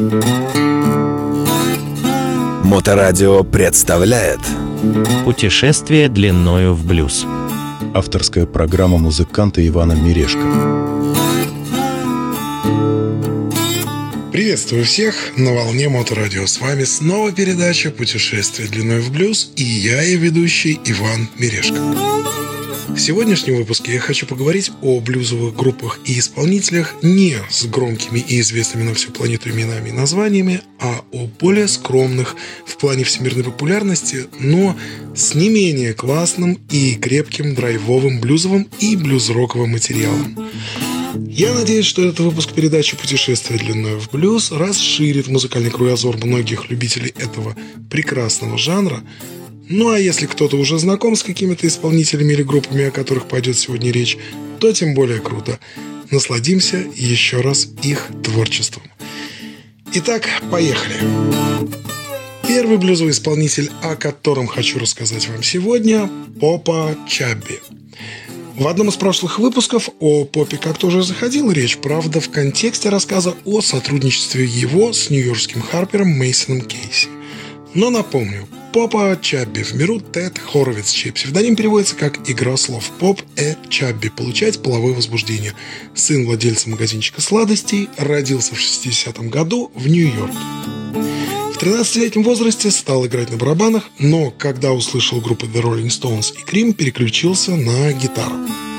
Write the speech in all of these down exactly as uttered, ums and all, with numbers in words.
Моторадио представляет «Путешествие длиною в блюз». Авторская программа музыканта Ивана Мирешко. Приветствую всех на волне Моторадио. С вами снова передача «Путешествие длиной в блюз» и я, ее ведущий Иван Мирешко. В сегодняшнем выпуске я хочу поговорить о блюзовых группах и исполнителях не с громкими и известными на всю планету именами и названиями, а о более скромных в плане всемирной популярности, но с не менее классным и крепким драйвовым блюзовым и блюз-роковым материалом. Я надеюсь, что этот выпуск передачи «Путешествие длиною в блюз» расширит музыкальный кругозор многих любителей этого прекрасного жанра. Ну а если кто-то уже знаком с какими-то исполнителями или группами, о которых пойдет сегодня речь, то тем более круто. Насладимся еще раз их творчеством. Итак, поехали. Первый блюзовый исполнитель, о котором хочу рассказать вам сегодня, Попа Чабби. В одном из прошлых выпусков о Попе как-то уже заходила речь, правда, в контексте рассказа о сотрудничестве его с нью-йоркским Харпером Мейсоном Кейси. Но напомню, Попа Чабби, в миру Тед Хоровиц, чей псевдоним переводится как «игра слов». Поп Э. Чабби, получает половое возбуждение. Сын владельца магазинчика сладостей, родился в шестидесятом году в Нью-Йорке. В тринадцатилетнем возрасте стал играть на барабанах, но когда услышал группы The Rolling Stones и Cream, переключился на гитару.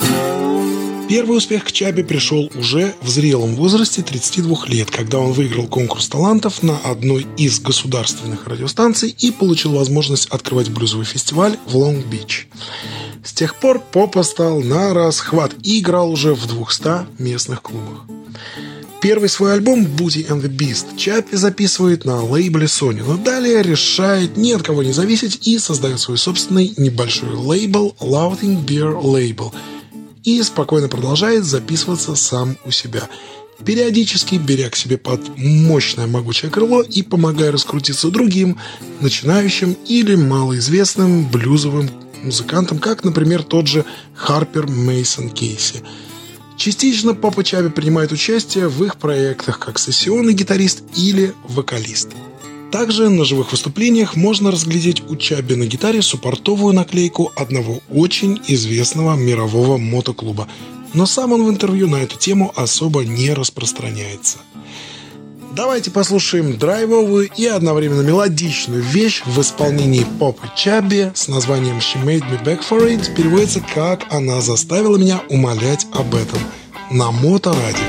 Первый успех к Чабби пришел уже в зрелом возрасте тридцати двух лет, когда он выиграл конкурс талантов на одной из государственных радиостанций и получил возможность открывать блюзовый фестиваль в Лонг-Бич. С тех пор Попа стал на расхват и играл уже в двухстах местных клубах. Первый свой альбом «Booty and the Beast» Чабби записывает на лейбле Sony, но далее решает ни от кого не зависеть и создает свой собственный небольшой лейбл Laughing Bear Label и спокойно продолжает записываться сам у себя, периодически беря к себе под мощное могучее крыло и помогая раскрутиться другим, начинающим или малоизвестным блюзовым музыкантам, как, например, тот же Харпер Мейсон Кейси. Частично Попа Чабби принимает участие в их проектах как сессионный гитарист или вокалист. Также на живых выступлениях можно разглядеть у Чабби на гитаре суппортовую наклейку одного очень известного мирового мотоклуба, но сам он в интервью на эту тему особо не распространяется. Давайте послушаем драйвовую и одновременно мелодичную вещь в исполнении Попы Чабби с названием «She Made Me Beg For It», переводится как «Она заставила меня умолять об этом» на Моторадио.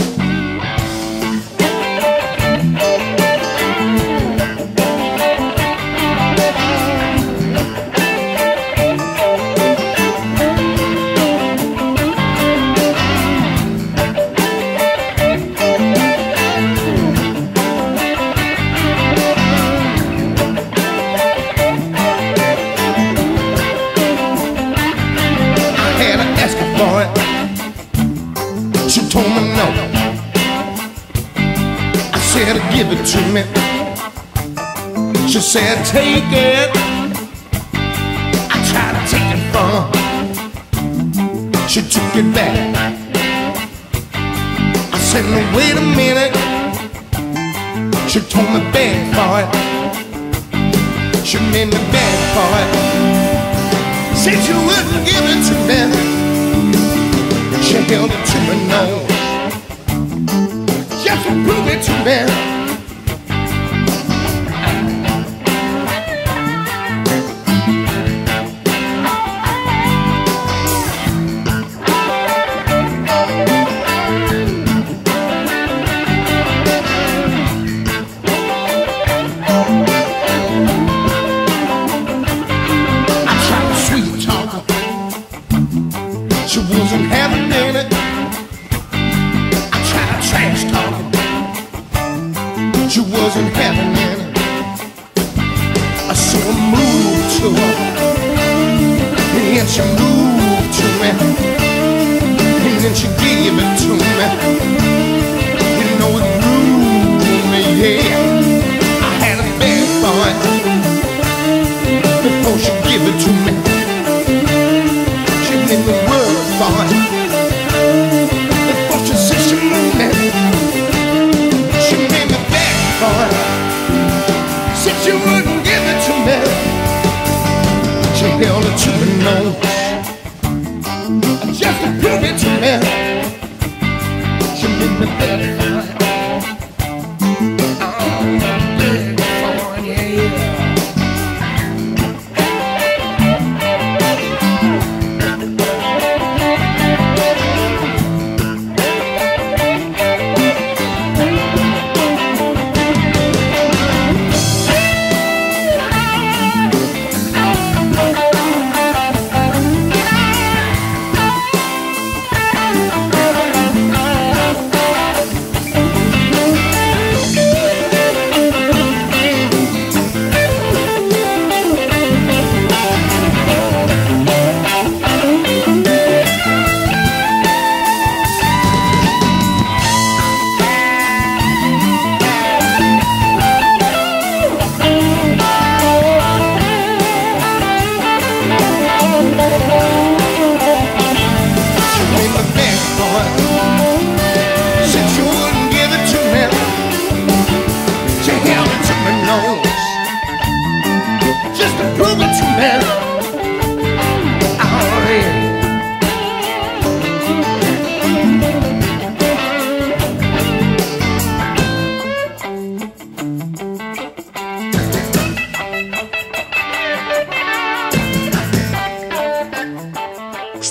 Give it to me. She said, take it. I tried to take it from her. She took it back. I said, no, wait a minute. She told me beg for it. She made me beg for it. Said she wouldn't give it to me. She held it to me, no. Just to prove it to me. She wasn't having it. I tried trash talking. She wasn't having it. I saw her move to her, and she moved to me, and then she gave it to me. You know it grew me, yeah. I had a beg for it before she gave it to me. She made me work for it before she said she moved me. She made me beg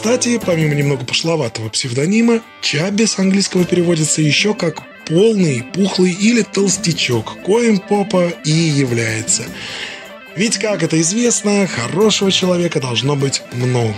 Кстати, помимо немного пошловатого псевдонима, Чабби с английского переводится еще как полный, пухлый или толстячок, коим Попа и является. Ведь, как это известно, хорошего человека должно быть много.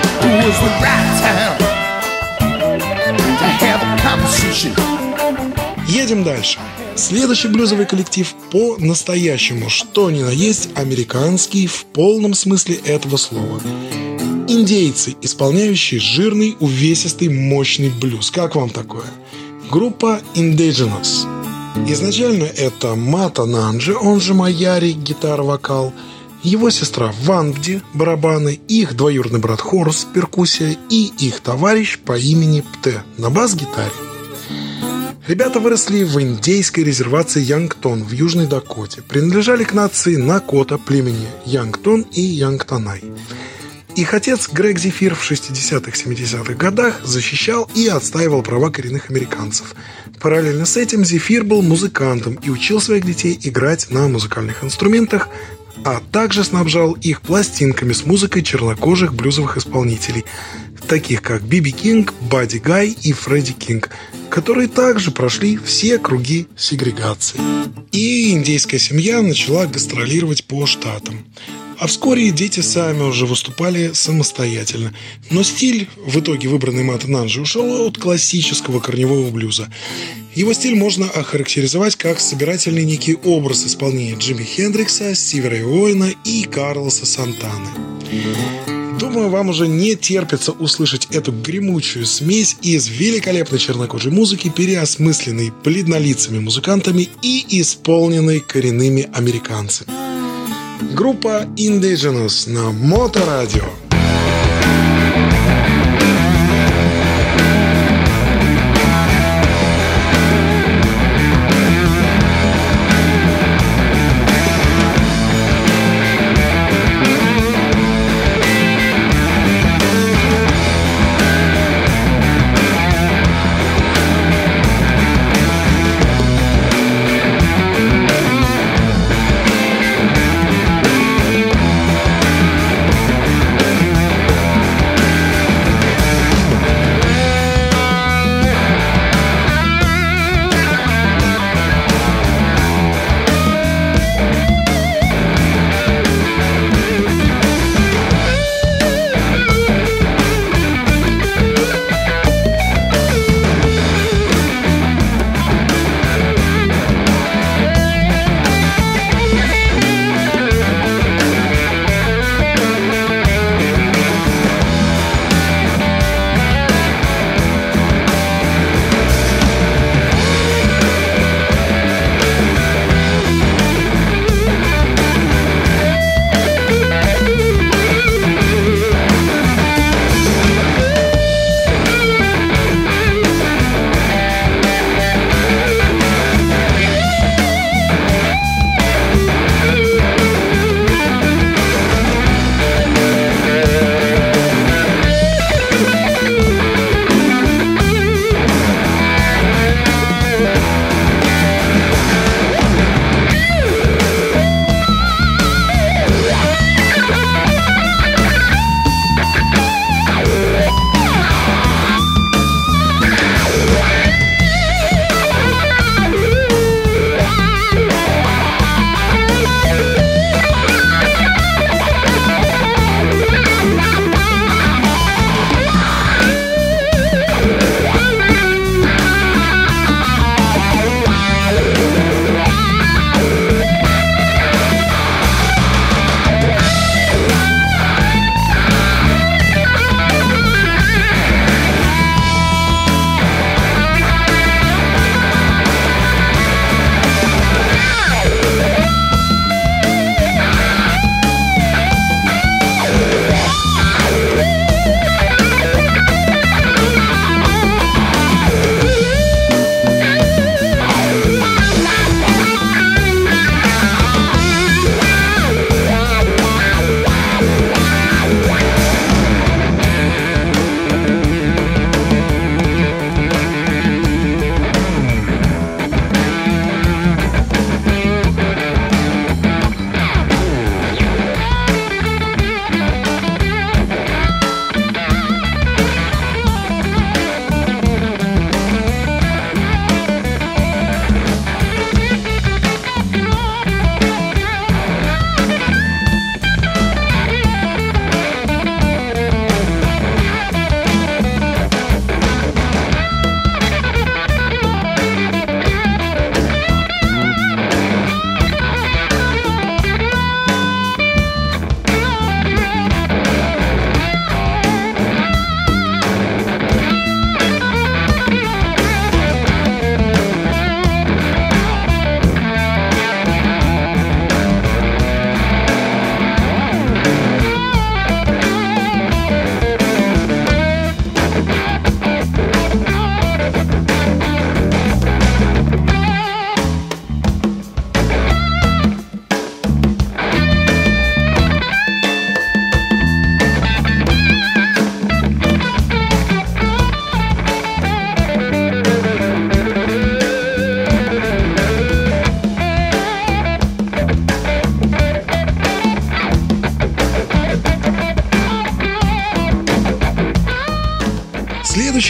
Едем дальше. Следующий блюзовый коллектив по-настоящему, что ни на есть, американский в полном смысле этого слова. Индейцы, исполняющие жирный, увесистый, мощный блюз. Как вам такое? Группа Indigenous. Изначально это Мата Нанджи, он же Майяри, гитара-вокал, его сестра Вангди, барабаны, их двоюродный брат Хорс, перкуссия и их товарищ по имени Пте на бас-гитаре. Ребята выросли в индейской резервации Янгтон в Южной Дакоте, принадлежали к нации Накота племени Янгтон и Янгтонай. Их отец Грег Зефир в шестидесятых-семидесятых годах защищал и отстаивал права коренных американцев. Параллельно с этим Зефир был музыкантом и учил своих детей играть на музыкальных инструментах, а также снабжал их пластинками с музыкой чернокожих блюзовых исполнителей, таких как Би Би Кинг, Бадди Гай и Фредди Кинг, которые также прошли все круги сегрегации. И индейская семья начала гастролировать по штатам. А вскоре дети сами уже выступали самостоятельно. Но стиль, в итоге выбранный Мата Нанджи, ушел от классического корневого блюза. Его стиль можно охарактеризовать как собирательный некий образ исполнения Джимми Хендрикса, Стиви Рэй Уэйна и Карлоса Сантаны. Думаю, вам уже не терпится услышать эту гремучую смесь из великолепной чернокожей музыки, переосмысленной бледнолицами музыкантами и исполненной коренными американцами. Группа Indigenous на Моторадио.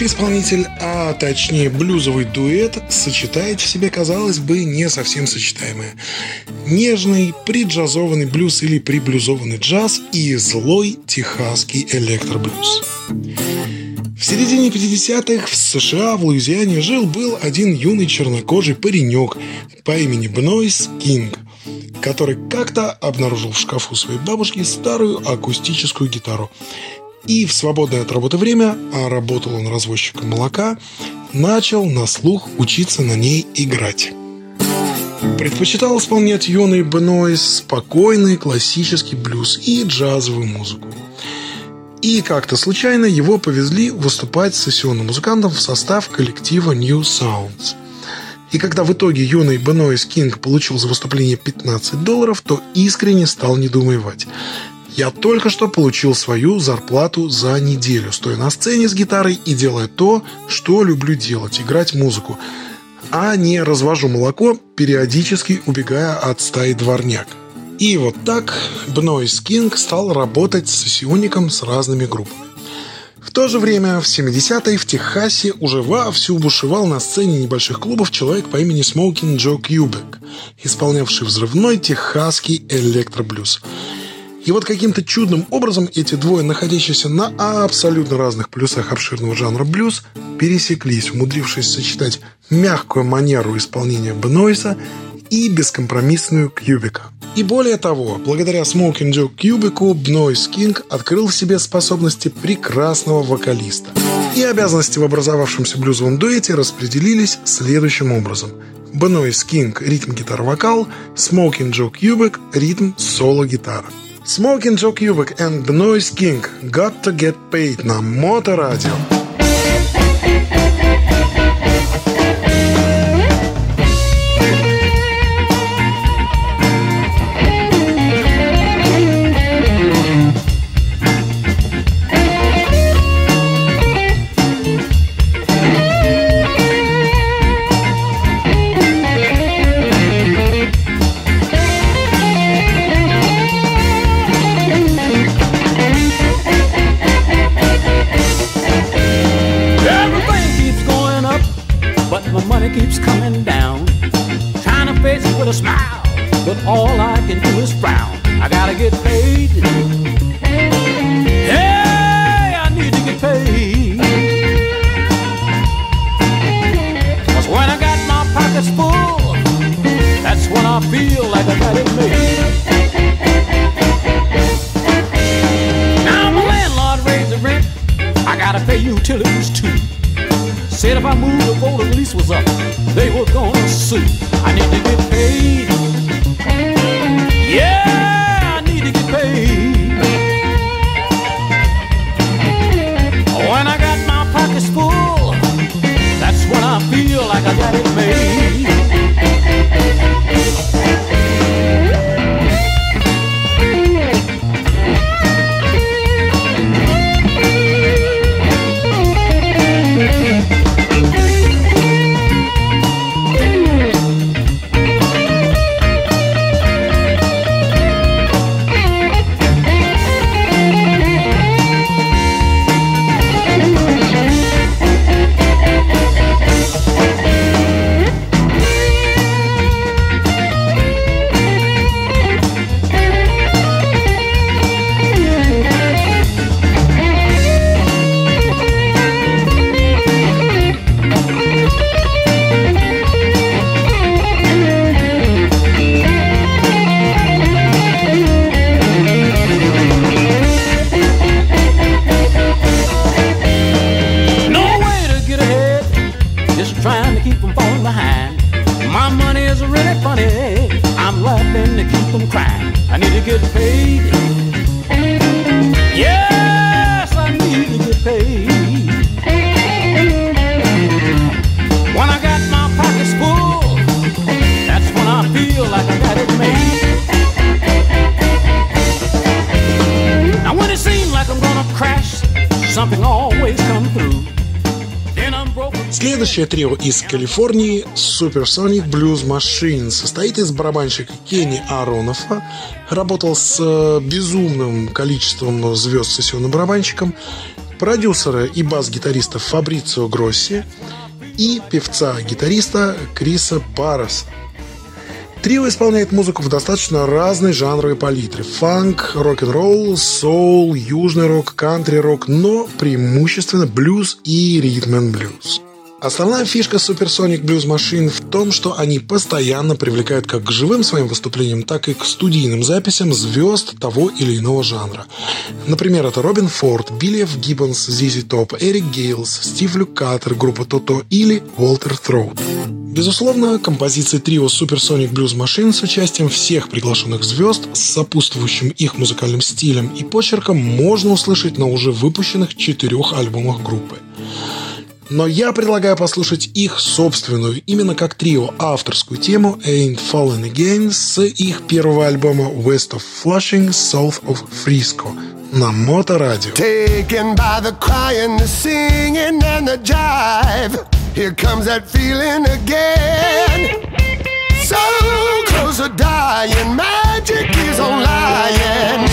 Следующий исполнитель, а точнее блюзовый дуэт, сочетает в себе, казалось бы, не совсем сочетаемое. Нежный, приджазованный блюз или приблюзованный джаз и злой техасский электроблюз. В середине пятидесятых в США, в Луизиане, жил-был один юный чернокожий паренек по имени Бнойс Кинг, который как-то обнаружил в шкафу своей бабушки старую акустическую гитару. И в свободное от работы время, а работал он развозчиком молока, начал на слух учиться на ней играть. Предпочитал исполнять юный Бнойс спокойный классический блюз и джазовую музыку. И как-то случайно его повезли выступать сессионным музыкантом в состав коллектива New Sounds. И когда в итоге юный Бнойс Кинг получил за выступление пятнадцать долларов, то искренне стал недоумевать. Я только что получил свою зарплату за неделю, стоя на сцене с гитарой и делая то, что люблю делать – играть музыку, а не развожу молоко, периодически убегая от стаи дворняг. И вот так Бнойс Кинг стал работать сессионником с разными группами. В то же время в семидесятые в Техасе уже вовсю бушевал на сцене небольших клубов человек по имени Smoking Joe Kubek, исполнявший взрывной техасский электроблюз. И вот каким-то чудным образом эти двое, находящиеся на абсолютно разных полюсах обширного жанра блюз, пересеклись, умудрившись сочетать мягкую манеру исполнения Бнойса и бескомпромиссную Кьюбика. И более того, благодаря Smoking Joe Kubek'у Бнойс Кинг открыл в себе способности прекрасного вокалиста. И обязанности в образовавшемся блюзовом дуэте распределились следующим образом. Бнойс Кинг – ритм, гитара, вокал, Smoking Joe Kubek – ритм, соло, гитара. Smoking Joe Kubek and Bnойс Кинг Got to Get Paid на Моторадио. Keeps coming down, trying to face it with a smile, but all I can do is frown. I gotta get paid. Hey, I need to get paid. 'Cause when I got my pockets full, that's when I feel like I got it made. Now my landlord raised the rent, I gotta pay utilities too. Said if I moved before the lease was up, they were gonna sue. I need to get paid. Yeah, I need to get paid. When I got my pockets full, that's when I feel like I got it made. Следующее трио из Калифорнии Supersonic Blues Machine состоит из барабанщика Кенни Аронофа, работал с безумным количеством звезд сессионным барабанщиком, продюсера и бас-гитариста Фабрицио Гросси и певца-гитариста Криса Парраса. Трио исполняет музыку в достаточно разной жанровой палитре: фанк, рок-н-ролл, соул, южный рок, кантри-рок, но преимущественно блюз и ритм-н-блюз. Основная фишка Supersonic Blues Machine в том, что они постоянно привлекают как к живым своим выступлениям, так и к студийным записям звезд того или иного жанра. Например, это Робин Форд, Билли Эф Гиббонс, Зизи Топ, Эрик Гейлс, Стив Лукатер, группа Тото или Уолтер Троут. Безусловно, композиции трио Supersonic Blues Machine с участием всех приглашенных звезд с сопутствующим их музыкальным стилем и почерком можно услышать на уже выпущенных четырех альбомах группы. Но я предлагаю послушать их собственную, именно как трио, авторскую тему Ain't Fallen Again с их первого альбома West of Flushing, South of Frisco на Моторадио. Taken by the crying, the singing and the jive. Here comes that feeling again. So close to dying, magic is on lying.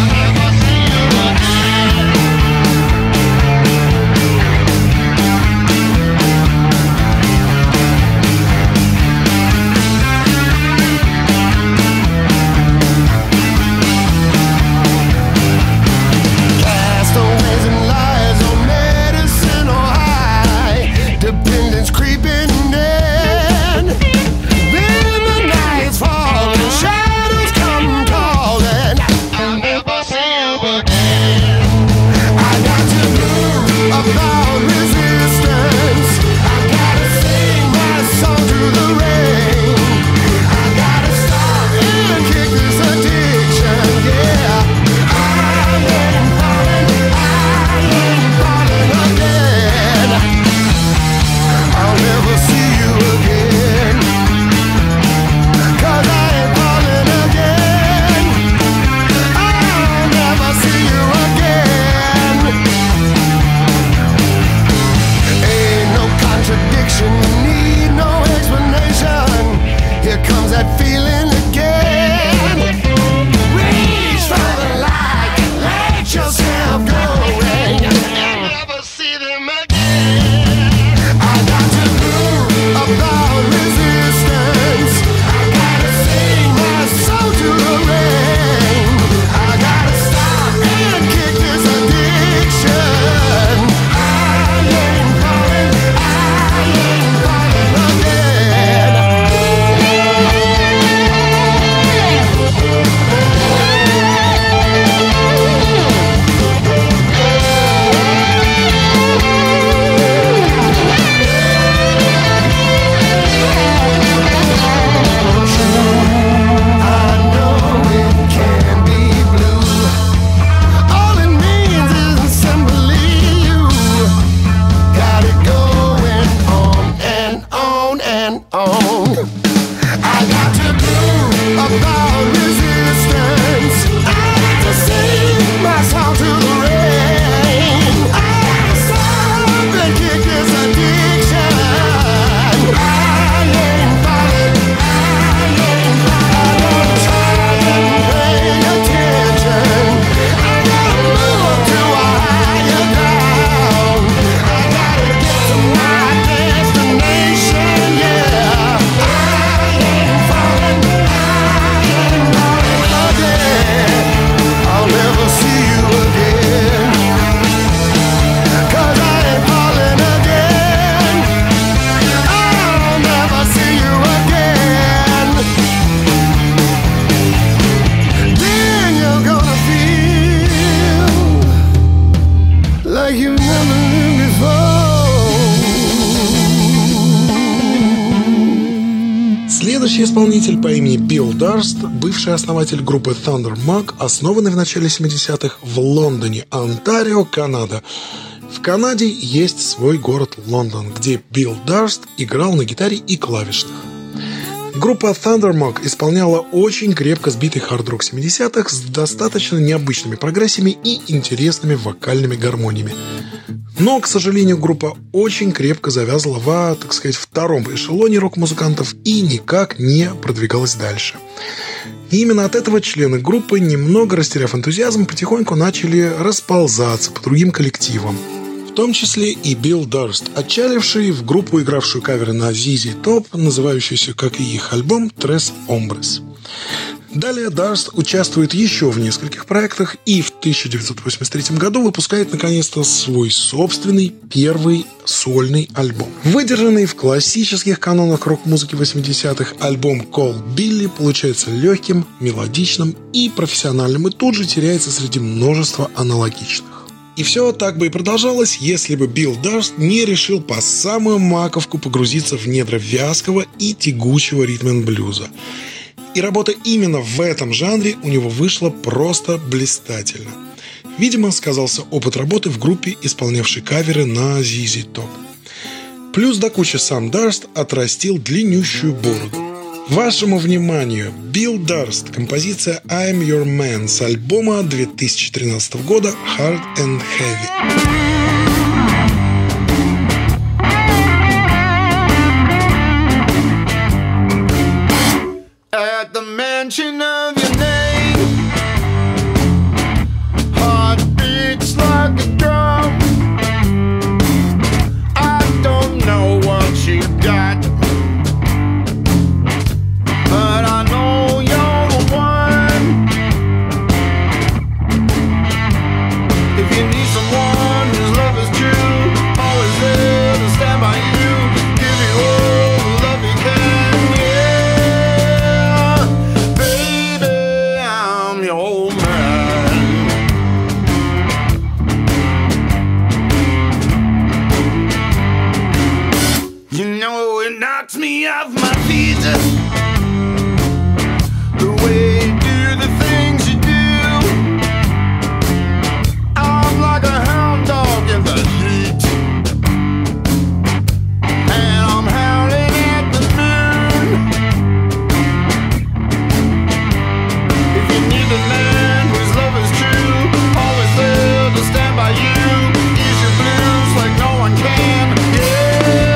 Следующий исполнитель по имени Билл Дарст, бывший основатель группы Thunder Mug, основанный в начале семидесятых в Лондоне, Онтарио, Канада. В Канаде есть свой город Лондон, где Билл Дарст играл на гитаре и клавишных. Группа Thunder Mug исполняла очень крепко сбитый хард-рок семидесятых с достаточно необычными прогрессиями и интересными вокальными гармониями. Но, к сожалению, группа очень крепко завязла в, так сказать, втором эшелоне рок-музыкантов и никак не продвигалась дальше. И именно от этого члены группы, немного растеряв энтузиазм, потихоньку начали расползаться по другим коллективам. В том числе и Билл Дурст, отчаливший в группу, игравшую каверы на зет зет Top, называющуюся, как и их альбом, Tres Hombres. Далее Дурст участвует еще в нескольких проектах и в тысяча девятьсот восемьдесят третьем году выпускает наконец-то свой собственный первый сольный альбом. Выдержанный в классических канонах рок-музыки восьмидесятых, альбом Cold Billy получается легким, мелодичным и профессиональным, и тут же теряется среди множества аналогичных. И все так бы и продолжалось, если бы Билл Дурст не решил по самую маковку погрузиться в недра вязкого и тягучего ритм-н-блюза. И работа именно в этом жанре у него вышла просто блистательно. Видимо, сказался опыт работы в группе, исполнявшей каверы на зет зет Top. Плюс до кучи сам Дурст отрастил длиннющую бороду. Вашему вниманию Билл Дурст, композиция I'm Your Man с альбома две тысячи тринадцатого года Hard and Heavy. At the mention of your name, heart beats like a drum. I don't know what you got, but I know you're the one. If you need someone whose love is true, always there to stand by you, give you all the love you can. Me off my feet, the way you do the things you do. I'm like a hound dog in the heat, and I'm howling at the moon. If you need a man whose love is true, always there to stand by you, ease your blues like no one can. Yeah.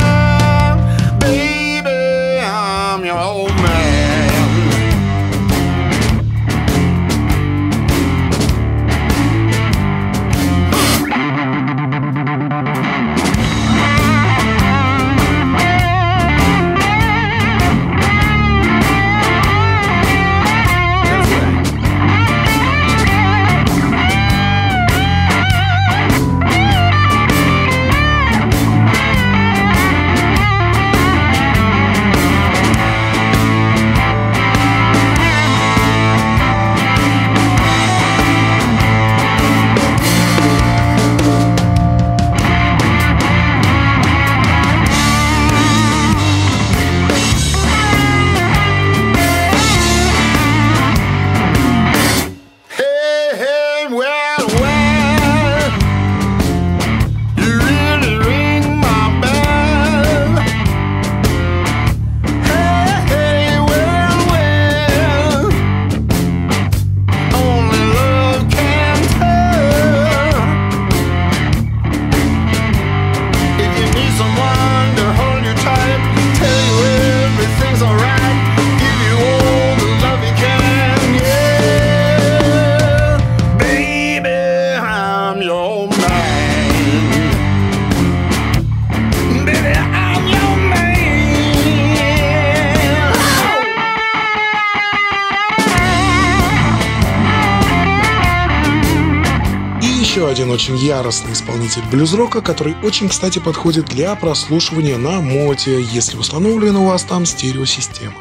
Еще один очень яростный исполнитель блюз-рока, который очень, кстати, подходит для прослушивания на моте, если установлена у вас там стереосистема.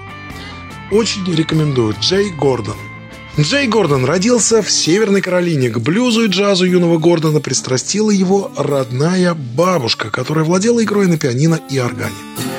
Очень рекомендую. Джей Гордон. Джей Гордон родился в Северной Каролине. К блюзу и джазу юного Гордона пристрастила его родная бабушка, которая владела игрой на пианино и органе.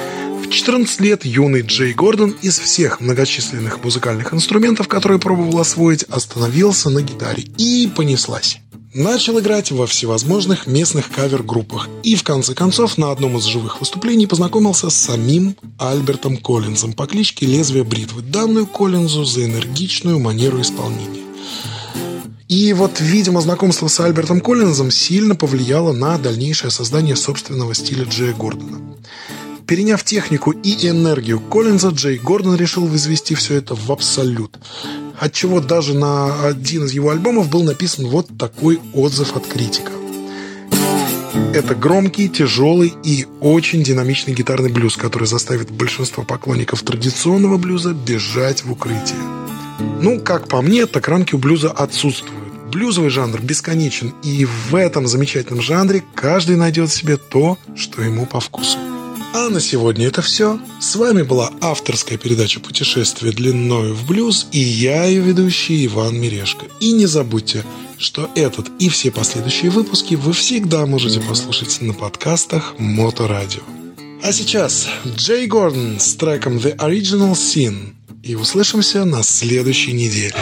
В четырнадцать лет юный Джей Гордон из всех многочисленных музыкальных инструментов, которые пробовал освоить, остановился на гитаре и понеслась. Начал играть во всевозможных местных кавер-группах и, в конце концов, на одном из живых выступлений познакомился с самим Альбертом Коллинзом по кличке Лезвие бритвы, данную Коллинзу за энергичную манеру исполнения. И вот, видимо, знакомство с Альбертом Коллинзом сильно повлияло на дальнейшее создание собственного стиля Джея Гордона. Переняв технику и энергию Коллинза, Джей Гордон решил возвести все это в абсолют. Отчего даже на один из его альбомов был написан вот такой отзыв от критика. Это громкий, тяжелый и очень динамичный гитарный блюз, который заставит большинство поклонников традиционного блюза бежать в укрытие. Ну, как по мне, так рамки у блюза отсутствуют. Блюзовый жанр бесконечен, и в этом замечательном жанре каждый найдет себе то, что ему по вкусу. А на сегодня это все. С вами была авторская передача «Путешествие длиною в блюз» и я, ее ведущий Иван Мирешко. И не забудьте, что этот и все последующие выпуски вы всегда можете послушать на подкастах Моторадио. А сейчас Джей Гордон с треком «The Original Sin». И услышимся на следующей неделе.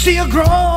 see her grow.